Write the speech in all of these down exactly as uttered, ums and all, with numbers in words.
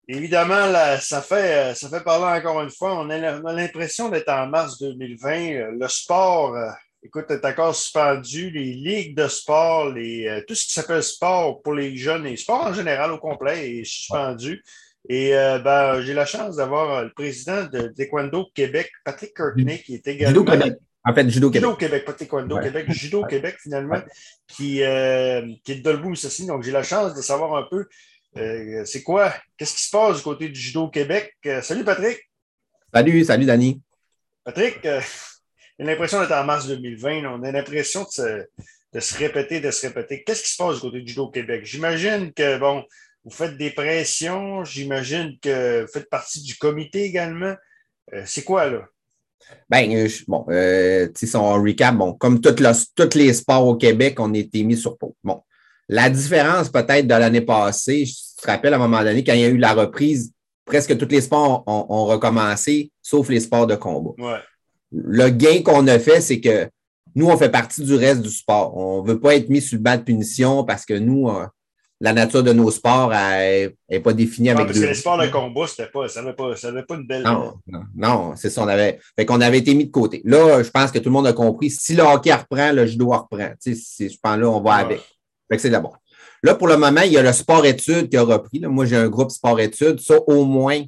Évidemment, là, ça fait, euh, ça fait parler encore une fois. On a, on a l'impression d'être en mars deux mille vingt. Euh, Le sport, euh, écoute, est encore suspendu. Les ligues de sport, les, euh, tout ce qui s'appelle sport pour les jeunes et sport en général au complet est suspendu. Et euh, ben, j'ai la chance d'avoir euh, le président de Taekwondo Québec, Patrick Ju- Kirkney, qui est Judo également Québec. En fait, Judo Judo Québec. Québec, pas Taekwondo Ouais. Québec, Judo Ouais. Québec finalement, Ouais. qui, euh, qui est de Dolbeau aussi. Donc j'ai la chance de savoir un peu euh, c'est quoi, qu'est-ce qui se passe du côté du Judo Québec. Euh, salut Patrick. Salut, salut, Danny. Patrick, euh, j'ai l'impression d'être en mars deux mille vingt. Là. On a l'impression de se, de se répéter, de se répéter. Qu'est-ce qui se passe du côté du Judo Québec? J'imagine que, bon, vous faites des pressions, j'imagine que vous faites partie du comité également. Euh, c'est quoi, là? Ben, euh, je- bon, euh, tu sais, si on recap, bon, comme tous tous les sports au Québec, on a été mis sur pause. Bon, la différence peut-être de l'année passée, je te rappelle à un moment donné, quand il y a eu la reprise, presque tous les sports ont, ont recommencé, sauf les sports de combat. Ouais. Le gain qu'on a fait, c'est que nous, on fait partie du reste du sport. On ne veut pas être mis sur le banc de punition parce que nous, euh, la nature de nos sports n'est pas définie Ah, avec parce que deux les sports de roues. combat, c'était pas, ça n'avait pas, ça avait pas une belle. euh, Non, non, non, c'est ça. On avait, fait qu'on avait été mis de côté. Là, je pense que tout le monde a compris. Si le hockey reprend, le judo reprend. Tu sais, je pense là, on va ouais. avec. Fait que c'est d'abord. Là, pour le moment, il y a le sport-études qui a repris. Là. Moi, j'ai un groupe sport-études. Ça, au moins,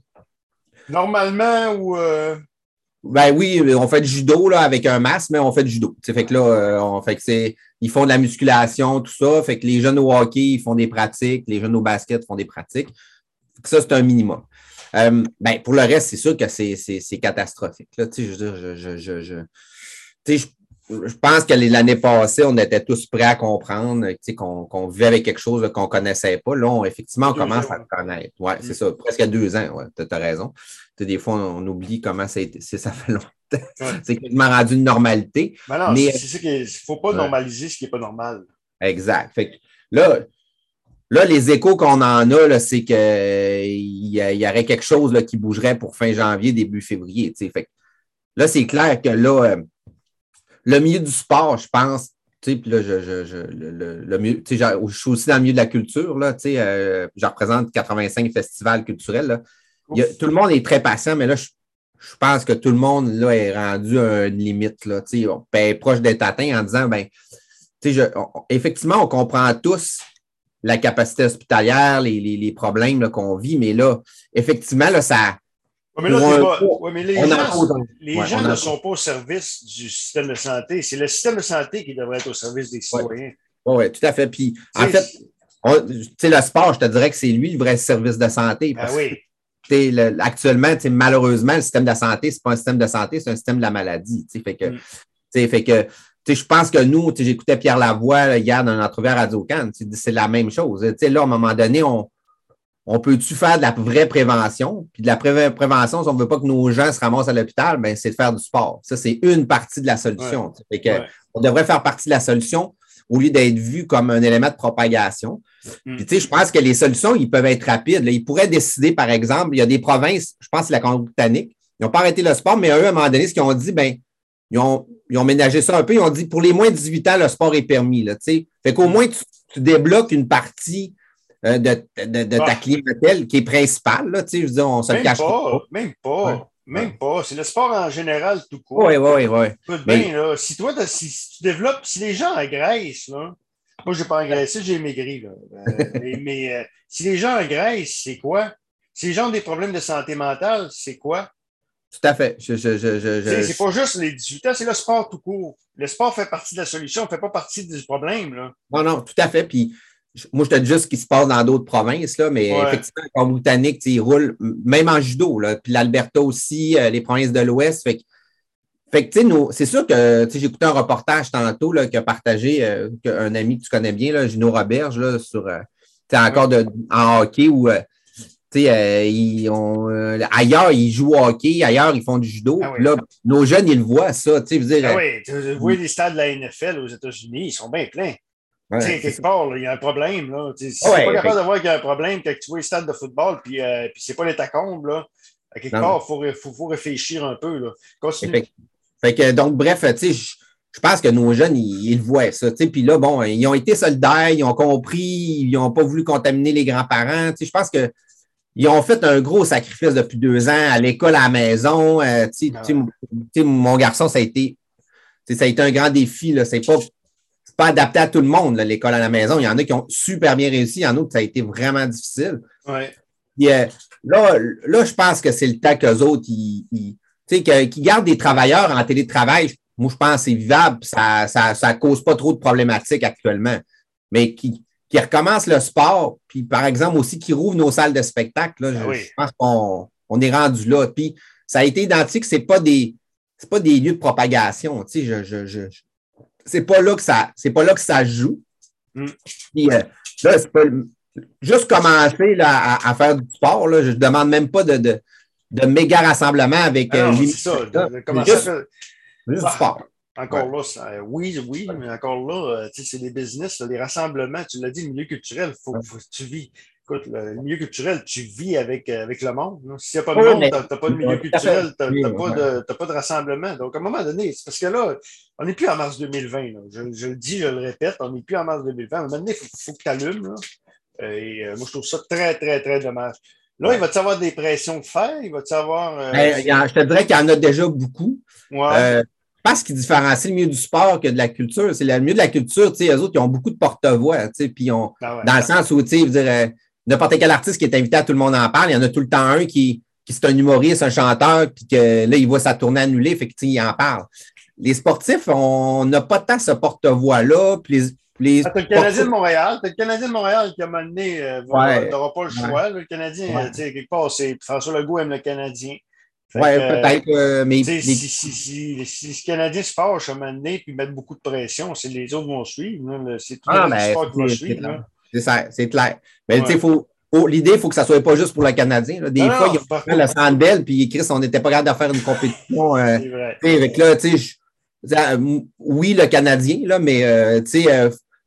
Normalement, ou. euh, ben oui, on fait du judo là, avec un masque, mais on fait du judo. T'sais, fait que là, euh, on fait que c'est. Ils font de la musculation, tout ça. Fait que les jeunes au hockey, ils font des pratiques. Les jeunes au basket font des pratiques. Fait que ça, c'est un minimum. Euh, ben, pour le reste, c'est sûr que c'est, c'est, c'est catastrophique. Là, je veux dire, je, je, je, je, je, je pense que l'année passée, on était tous prêts à comprendre qu'on, qu'on vivait avec quelque chose qu'on ne connaissait pas. Là, on, effectivement, on deux commence ans, à ouais. le connaître. Oui, Mm. c'est ça, presque deux ans. Ouais, tu as raison. T'sais, des fois, on oublie comment ça a été. Ça fait longtemps. Ouais. C'est quasiment rendu une normalité. Mais non, c'est Mais, c'est ça qu'il ne faut pas ouais, normaliser ce qui n'est pas normal. exact. Fait que là, Là, les échos qu'on en a, là, c'est qu'il y, y aurait quelque chose là, qui bougerait pour fin janvier, début février. Fait que là, c'est clair que là, euh, le milieu du sport, je pense, puis là, je, je, je, le, le, le milieu, je suis aussi dans le milieu de la culture, là, euh, je représente quatre-vingt-cinq festivals culturels. Là. Il y a, tout le monde est très patient, mais là, je, je pense que tout le monde là, est rendu à une limite. Là, on est proche d'être atteint en disant, ben, je, on, effectivement, on comprend tous la capacité hospitalière, les, les, les problèmes là, qu'on vit, mais là, effectivement, là, ça. Ouais, mais là, Pour t'es un pas. Ouais, mais les on gens, en cause. les Ouais, gens on ne en sont pas au service du système de santé. C'est le système de santé qui devrait être au service des ouais. citoyens. Oui, ouais, tout à fait. Puis, en Tu fait, sais, tu sais, le sport, je te dirais que c'est lui le vrai service de santé ben parce que oui. le, actuellement, malheureusement, le système de santé, ce n'est pas un système de santé, c'est un système de la maladie. Fait que, Mm. fait que je pense que nous, j'écoutais Pierre Lavoie là, hier dans une entrevue à Radio-Can, c'est la même chose. Là, à un moment donné, on, on peut-tu faire de la vraie prévention? Puis de la pré prévention, si on ne veut pas que nos gens se ramassent à l'hôpital, ben, c'est de faire du sport. Ça, c'est une partie de la Ouais. solution. Fait que, Ouais. on devrait faire partie de la solution au lieu d'être vu comme un élément de propagation. Mm. Puis, tu sais, je pense que les solutions, ils peuvent être rapides. Là. Ils pourraient décider, par exemple, il y a des provinces, je pense que c'est la Colombie-Britannique, ils n'ont pas arrêté le sport, mais eux, à un moment donné, ce qu'ils ont dit, ben, ils ont, ils ont ménagé ça un peu. Ils ont dit, pour les moins de dix-huit ans, le sport est permis. Là, fait qu'au Mm. moins, tu, tu débloques une partie euh, de, de, de, ta Ah, clientèle qui est principale. Là, je veux dire, on ne se le même cachera pas. pas. Même Ouais, pas. ouais. Même pas. C'est le sport en général tout Oui, court. oui, oui. Écoute bien, Mais là, si toi, si, si tu développes, si les gens engraissent, là, moi, je n'ai pas engraissé, j'ai maigri, là. Euh, mais mais euh, si les gens engraissent, c'est quoi? Si les gens ont des problèmes de santé mentale, c'est quoi? tout à fait. Je, je, je, je, Tu sais, je, c'est pas juste les dix-huit ans, c'est le sport tout court. Le sport fait partie de la solution, ne fait pas partie du problème, là. non, non, tout à fait. Puis, moi, je te dis juste ce qui se passe dans d'autres provinces, là, mais Ouais. effectivement, en Britannique, ils roulent, même en judo, là, puis l'Alberta aussi, euh, les provinces de l'Ouest. Fait que, fait que, tu sais, c'est sûr que, tu sais, j'ai écouté un reportage tantôt, là, qui a partagé, euh, un ami que tu connais bien, là, Gino Roberge, là, sur, euh, tu sais, encore Ouais. de, en hockey où, euh, tu sais, euh, ils ont, euh, ailleurs, ils jouent au hockey, ailleurs, ils font du judo. Ah Puis oui. là, nos jeunes, ils le voient, ça. Tu sais, je veux dire, Ah euh, oui. Tu vois les stades de la N F L aux États-Unis, ils sont bien pleins. Tu ouais, sais, c'est quelque ça. part, là, il y a un problème. Là. Tu sais, si tu n'es pas Ouais, capable fait, de voir qu'il y a un problème quand tu vois les stades de football, puis, euh, puis c'est pas les tacombes, là, à quelque non, non. part, il faut, faut, faut réfléchir un peu. Là. Continue. Fait, fait que, donc, bref, tu sais, je, je pense que nos jeunes, ils, ils le voient, ça. Tu sais, puis là, bon, ils ont été solidaires, ils ont compris, ils n'ont pas voulu contaminer les grands-parents. Tu sais, je pense que ils ont fait un gros sacrifice depuis deux ans à l'école, à la maison. Euh, tu sais, mon garçon, ça a été, ça a été un grand défi. Là. C'est pas, c'est pas adapté à tout le monde, là, l'école à la maison. Il y en a qui ont super bien réussi, il y en a qui ça a été vraiment difficile. Ouais. Puis, euh, là, là, je pense que c'est le temps qu'eux autres, ils, ils, que, qu'ils gardent des travailleurs en télétravail. Moi, je pense que c'est vivable, ça ça, ça cause pas trop de problématiques actuellement. Mais qui, qui recommencent le sport, puis par exemple aussi qui rouvrent nos salles de spectacle, là, ah je, oui. je pense qu'on on est rendu là. Puis ça a été identique, c'est pas des c'est pas des lieux de propagation. Tu sais, je, je, je, je c'est pas là que ça c'est pas là que ça joue. Mm. Puis euh, là, c'est pas juste commencer là, à, à faire du sport. Là, je ne demande même pas de, de, de méga rassemblement avec ah non, euh, c'est ça. De, de commencer juste, à faire... juste bah, du sport. Encore ouais. là, ça, oui, oui, mais encore là, tu sais, c'est des business, là, les rassemblements, tu l'as dit, le milieu culturel, il faut, faut que tu vis. Écoute, le milieu culturel, tu vis avec, avec le monde. Là. S'il n'y a pas de oui, monde, tu n'as pas de milieu culturel, tu n'as pas, ouais. pas de rassemblement. Donc, à un moment donné, c'est parce que là, on n'est plus en mars deux mille vingt. Là. Je, je le dis, je le répète, on n'est plus en mars deux mille vingt. À un moment donné, il faut, faut que tu allumes. Et euh, moi, je trouve ça très, très, très dommage. Là, ouais. il va-tu avoir des pressions de fer? Il va-tu avoir. Euh, ben, je te dirais qu'il y en a déjà beaucoup. Ouais. Euh, je pense qu'il différencie le milieu du sport que de la culture. C'est le milieu de la culture, tu sais, eux autres, ils ont beaucoup de porte-voix, tu sais, puis on, ah ouais, dans le sens où, tu sais, je veux dire, euh, n'importe quel artiste qui est invité à tout le monde en parle, il y en a tout le temps un qui, qui c'est un humoriste, un chanteur, puis que là, il voit sa tournée annulée, fait que, tu sais, il en parle. Les sportifs, on n'a pas tant ce porte-voix-là, puis les, les ah, t'as le Canadien de Montréal, t'as le Canadien de Montréal qui a mené, euh, ouais, t'auras pas le choix, ouais. Le Canadien, ouais. tu sais, quelque part, c'est François Legault aime le Canadien. Oui, peut-être. Euh, mais les... si, si, si, si les Canadiens se fâchent à un moment donné et mettent beaucoup de pression, c'est les autres vont suivre. Là. C'est tout ah, le ben, sport qui va suivre. C'est ça, c'est clair. Mais ouais. tu sais, faut. Oh, l'idée, il faut que ça ne soit pas juste pour le Canadien. Là. Des non, fois, non, ils ont fait le Centre Bell, puis Chris, on n'était pas capable de faire une compétition. Euh, c'est vrai. Avec là, tu sais, oui, le Canadien, là, mais euh, tu sais, euh,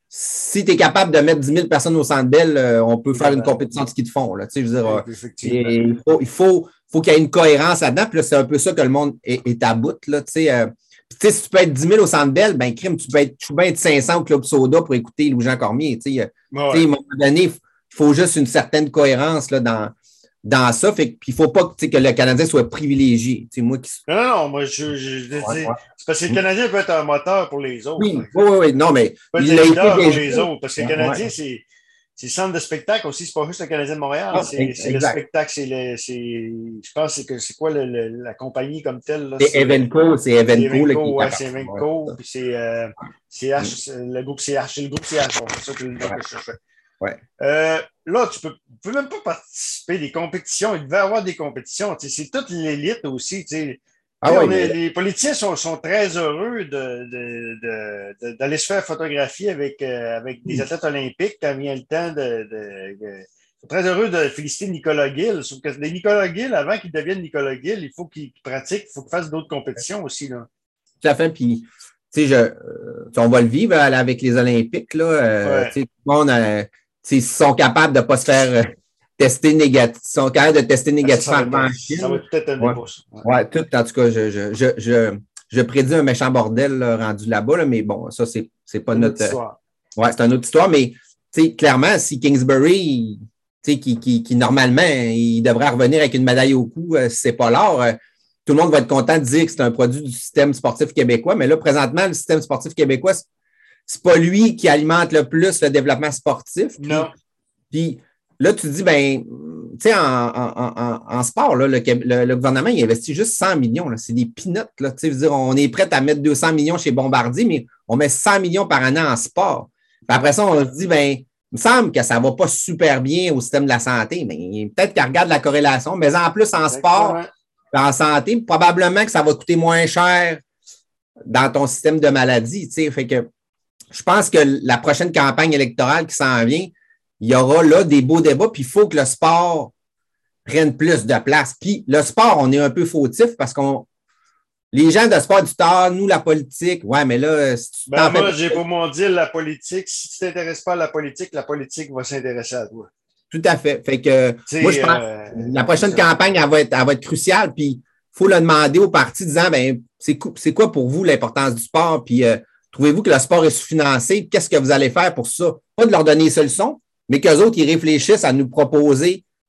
si tu es capable de mettre dix mille personnes au Centre Bell, euh, on peut faire une compétition de ski de fond. Là, je veux dire, et, il faut, il faut, faut qu'il y ait une cohérence là-dedans. Puis là, c'est un peu ça que le monde est, est à bout. Là, euh, puis, si tu peux être dix mille au Centre Bell, ben crime, tu peux être, tu peux être cinq cents au Club Soda pour écouter Louis-Jean Cormier. Ouais. À un moment donné, il faut juste une certaine cohérence là, dans, dans ça. Fait, puis il ne faut pas que, que le Canadien soit privilégié. Moi qui... Non, non, non, moi, je, je, je ouais, dis, ouais. c'est parce que le Canadien peut être un moteur pour les autres. Oui, oui, oui, non, mais peut être un leader pour les autres. Parce que le Canadien, ouais. c'est. C'est le centre de spectacle aussi, c'est pas juste le Canadien de Montréal, ah, c'est, c'est le spectacle, c'est le, c'est, je pense que c'est quoi le, le, la compagnie comme telle. Là, c'est, c'est Evenco, c'est Evenco. C'est Evenco, là, qui ouais, c'est Evenco, puis c'est, euh, c'est H, le groupe C H, c'est le groupe C H, bon, c'est ça que, ouais. que je cherchais. Ouais. Euh, là, tu peux, tu peux même pas participer des compétitions, il devait y avoir des compétitions, c'est toute l'élite aussi, tu sais. Ah oui, mais... est, les politiciens sont, sont très heureux de, de, de, de, d'aller se faire photographier avec, euh, avec des athlètes olympiques quand vient le temps de. de, de... Ils sont très heureux de féliciter Nicolas Gill. Sauf que les Nicolas Gill, avant qu'il devienne Nicolas Gill, il faut qu'il pratique, il faut qu'il fasse d'autres compétitions aussi. Là. Tout à fait. Puis, tu sais, je, euh, on va le vivre là, avec les Olympiques. Là, euh, ouais. Tout le monde, euh, ils sont capables de ne pas se faire. Euh, tester négatif, sont capables de tester négativement. Ah, ça, ça va peut-être un dépousse. Ouais. ouais, tout, en tout cas, je, je, je, je, je prédis un méchant bordel là, rendu là-bas, là, mais bon, ça, c'est, c'est pas c'est notre. Histoire. Ouais, c'est une autre histoire, mais clairement, si Kingsbury, qui, qui, qui normalement, il devrait revenir avec une médaille au cou, euh, si c'est pas l'or, euh, tout le monde va être content de dire que c'est un produit du système sportif québécois, mais là, présentement, le système sportif québécois, c'est, c'est pas lui qui alimente le plus le développement sportif. Puis, non. Puis, là, tu te dis, ben, tu sais, en, en, en, en sport, là, le, le, le gouvernement, il investit juste cent millions. Là. C'est des peanuts. Là. Tu sais, veux dire, on est prêt à mettre deux cents millions chez Bombardier, mais on met cent millions par année en sport. Puis après ça, on se dit, ben, il me semble que ça ne va pas super bien au système de la santé. Mais peut-être qu'elle regarde la corrélation. Mais en plus, en sport, en santé, probablement que ça va coûter moins cher dans ton système de maladie. Tu sais, fait que je pense que la prochaine campagne électorale qui s'en vient, il y aura là des beaux débats, puis il faut que le sport prenne plus de place. Puis le sport, on est un peu fautif parce qu'on. Les gens de sport du tard, nous, la politique, ouais, mais là. Si tu ben moi, fais... j'ai pour mon dire la politique. Si tu ne t'intéresses pas à la politique, la politique va s'intéresser à toi. Tout à fait. Fait que T'sais, moi, je pense euh, que la prochaine ça. campagne, elle va être, elle va être cruciale. Puis il faut le demander aux partis disant ben, c'est, c'est quoi pour vous l'importance du sport? Puis euh, trouvez-vous que le sport est sous-financé? Qu'est-ce que vous allez faire pour ça? Pas de leur donner des solutions, mais qu'eux autres, ils réfléchissent à nous proposer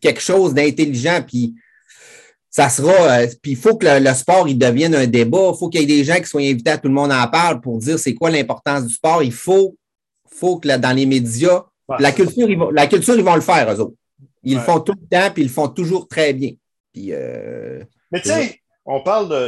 quelque chose d'intelligent, puis ça sera, euh, puis il faut que le, le sport il devienne un débat, il faut qu'il y ait des gens qui soient invités à tout le monde en parle pour dire c'est quoi l'importance du sport. Il faut, faut que là, dans les médias, Ouais, la culture, ils vont, la culture, ils vont le faire, eux autres. Ils ouais. le font tout le temps, puis ils le font toujours très bien. Puis, euh, Mais tu sais, on parle de.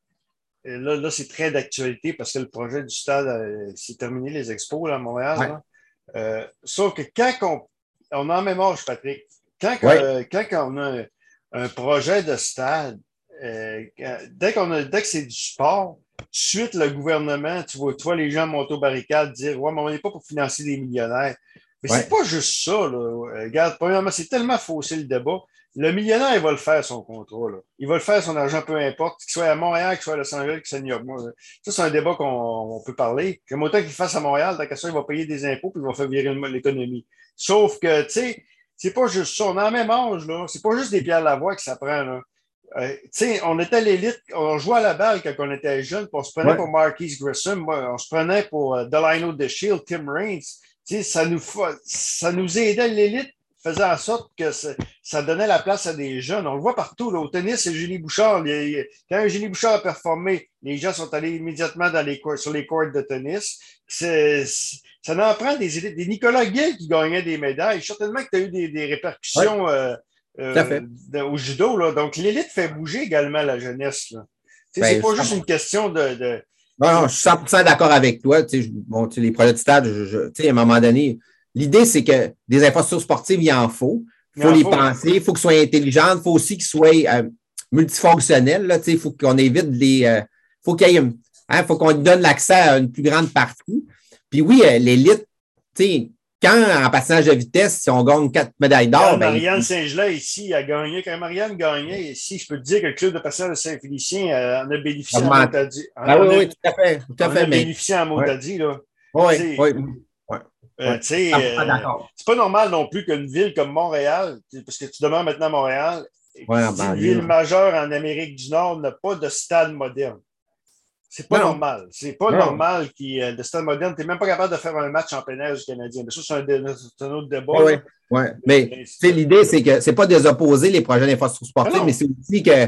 Là, là c'est très d'actualité parce que le projet du stade, euh, c'est terminé les expos là, à Montréal. Ouais. Là. Euh, sauf que quand on, on a en mémoire, Patrick, quand, ouais. euh, quand on a un, un projet de stade, euh, dès, qu'on a, dès que c'est du sport, tout de suite, le gouvernement, tu vois, toi, les gens montent aux barricades, dire ouais, mais on n'est pas pour financer des millionnaires. Mais Ouais. c'est pas juste ça. Là. Regarde, premièrement, c'est tellement faussé le débat. Le millionnaire, il va le faire son contrat. Là. Il va le faire son argent, peu importe, qu'il soit à Montréal, qu'il soit à Los Angeles, qu'il soit à New York. Moi, ça, c'est un débat qu'on on peut parler. J'aime autant qu'il le fasse à Montréal, tant qu'à ça, il va payer des impôts puis il va faire virer l'économie. Sauf que, tu sais, c'est pas juste ça. On a le même âge, là. C'est pas juste des Pierre Lavoie que ça prend, là. Euh, tu sais, on était à l'élite, on jouait à la balle quand on était jeune, puis on se prenait Ouais. pour Marquise Grissom, on se prenait pour uh, Delano DeShield, Tim Raines. Tu sais, ça nous, ça nous aidait à l'élite, faisait en sorte que ça, ça donnait la place à des jeunes. On le voit partout. Là, au tennis, c'est Julie Bouchard. Les, quand Julie Bouchard a performé, les gens sont allés immédiatement dans les cours, sur les courts de tennis. C'est, ça en prend des élites. Des Nicolas Guay qui gagnaient des médailles. Certainement que tu as eu des, des répercussions ouais. euh, euh, au judo. Là. Donc, l'élite fait bouger également la jeunesse. Là. Ben, c'est pas juste une question de... de non, non, je suis cent pour cent d'accord avec toi. Tu sais, bon, tu sais, les projets de stade, je, je, tu sais, à un moment donné, l'idée, c'est que des infrastructures sportives, il en faut. Il faut les faut. penser, il faut qu'elles soient intelligentes, il faut aussi qu'elles soient euh, multifonctionnelles. Là, tu sais, il faut qu'on évite les. Euh, faut qu'il y ait, hein, faut qu'on donne l'accès à une plus grande partie. Puis oui, euh, l'élite, tu sais, quand en passage de vitesse, si on gagne quatre médailles d'or. Ben, Marianne Saint-Gelais, ici, a gagné. Quand Marianne gagnait, ici, je peux te dire que le club de passage de Saint-Félicien euh, en a bénéficié en Montadi. Ah oui, oui, tout à fait. Tout à fait, on a mais... bénéficié en Montadi, là. Oui, oui. Ouais. Euh, tu sais, euh, c'est pas normal non plus qu'une ville comme Montréal, parce que tu demeures maintenant à Montréal, ouais, ben, une ville majeure en Amérique du Nord n'a pas de stade moderne. C'est pas non. normal. C'est pas non. normal qu'il y ait de stade moderne. Tu n'es même pas capable de faire un match en plein air du Canadien. Mais ça, c'est un, c'est un autre débat. Oui, oui. Mais, mais l'idée, c'est que c'est pas désopposer les projets d'infrastructure sportive, mais c'est aussi que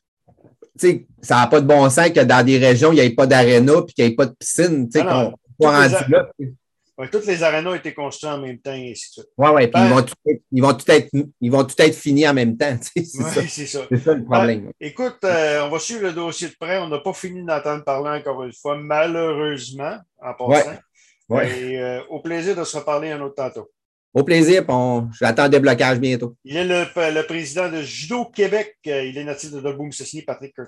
ça n'a pas de bon sens que dans des régions, il n'y ait pas d'aréna et qu'il n'y ait pas de piscine. Qu'on soit rendu là. Ouais, toutes les arénas ont été construits en même temps et ainsi de suite. Oui, oui, puis ben, ils, vont tout être, ils, vont tout être, ils vont tout être finis en même temps. C'est oui, ça. c'est ça. C'est ça le problème. Ben, écoute, euh, on va suivre le dossier de près. On n'a pas fini d'entendre parler encore une fois, malheureusement, en passant. Ouais. Ouais. Et euh, au plaisir de se reparler un autre tantôt. Au plaisir, on... j'attends le déblocage bientôt. Il est le, le président de Judo Québec. Il est natif de Dolbeau-Mistassini, Patrick Curtis.